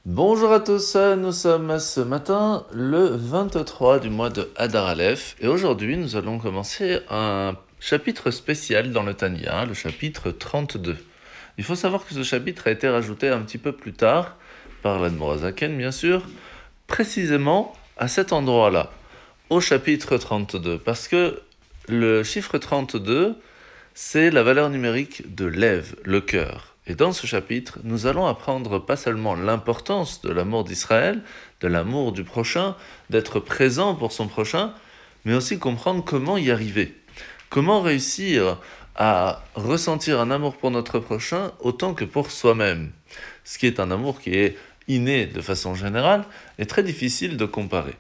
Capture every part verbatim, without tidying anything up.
Bonjour à tous, nous sommes ce matin le vingt-trois du mois de Hadar Aleph et aujourd'hui nous allons commencer un chapitre spécial dans le Tanya, le chapitre trente-deux. Il faut savoir que ce chapitre a été rajouté un petit peu plus tard par l'Admor HaZaken bien sûr, précisément à cet endroit-là, au chapitre trente-deux, parce que le chiffre trente-deux c'est la valeur numérique de l'Ève, le cœur. Et dans ce chapitre, nous allons apprendre pas seulement l'importance de l'amour d'Israël, de l'amour du prochain, d'être présent pour son prochain, mais aussi comprendre comment y arriver. Comment réussir à ressentir un amour pour notre prochain autant que pour soi-même. Ce qui est un amour qui est inné de façon générale est très difficile de comparer.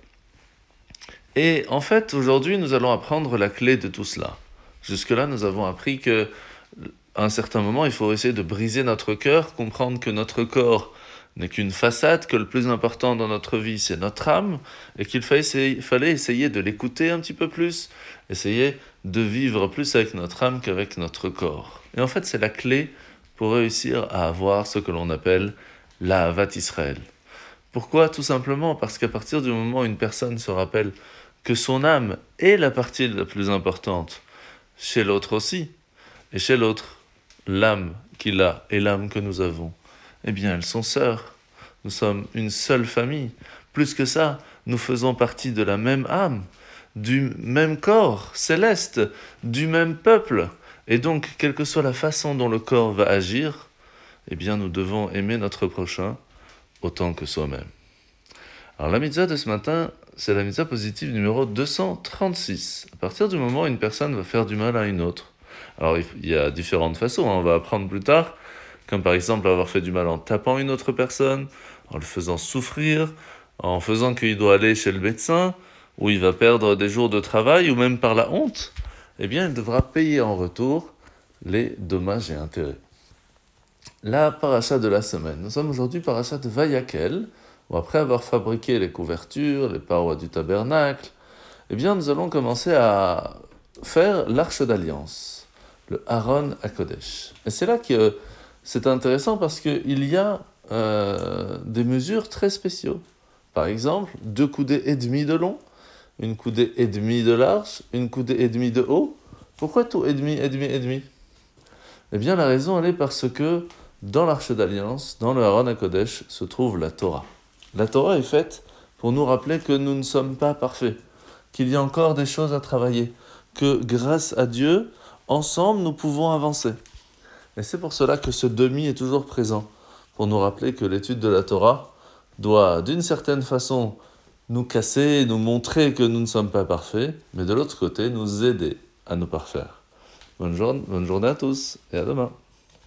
Et en fait, aujourd'hui, nous allons apprendre la clé de tout cela. Jusque-là, nous avons appris que à un certain moment, il faut essayer de briser notre cœur, comprendre que notre corps n'est qu'une façade, que le plus important dans notre vie, c'est notre âme, et qu'il fallait essayer, fallait essayer de l'écouter un petit peu plus, essayer de vivre plus avec notre âme qu'avec notre corps. Et en fait, c'est la clé pour réussir à avoir ce que l'on appelle la Ahavat Israël. Pourquoi ? Tout simplement parce qu'à partir du moment où une personne se rappelle que son âme est la partie la plus importante, chez l'autre aussi, et chez l'autre, l'âme qu'il a et l'âme que nous avons, eh bien, elles sont sœurs. Nous sommes une seule famille. Plus que ça, nous faisons partie de la même âme, du même corps céleste, du même peuple. Et donc, quelle que soit la façon dont le corps va agir, eh bien, nous devons aimer notre prochain autant que soi-même. Alors, la mitzvah de ce matin, c'est la mitzvah positive numéro deux cent trente-six. À partir du moment où une personne va faire du mal à une autre, alors il y a différentes façons, hein, on va apprendre plus tard, comme par exemple avoir fait du mal en tapant une autre personne, en le faisant souffrir, en faisant qu'il doit aller chez le médecin, où il va perdre des jours de travail, ou même par la honte, eh bien il devra payer en retour les dommages et intérêts. La paracha de la semaine, nous sommes aujourd'hui paracha de Vayakel, où après avoir fabriqué les couvertures, les parois du tabernacle, eh bien nous allons commencer à faire l'arche d'alliance, le Aaron HaKodesh. Et c'est là que c'est intéressant parce qu'il y a euh, des mesures très spéciaux. Par exemple, deux coudées et demi de long, une coudée et demi de large, une coudée et demi de haut. Pourquoi tout et demi, et demi, et demi ? Eh bien, la raison, elle est parce que dans l'arche d'alliance, dans le Aaron HaKodesh, se trouve la Torah. La Torah est faite pour nous rappeler que nous ne sommes pas parfaits, qu'il y a encore des choses à travailler, que grâce à Dieu, ensemble, nous pouvons avancer. Et c'est pour cela que ce demi est toujours présent, pour nous rappeler que l'étude de la Torah doit, d'une certaine façon, nous casser, nous montrer que nous ne sommes pas parfaits, mais de l'autre côté, nous aider à nous parfaire. Bonne journée, bonne journée à tous, et à demain.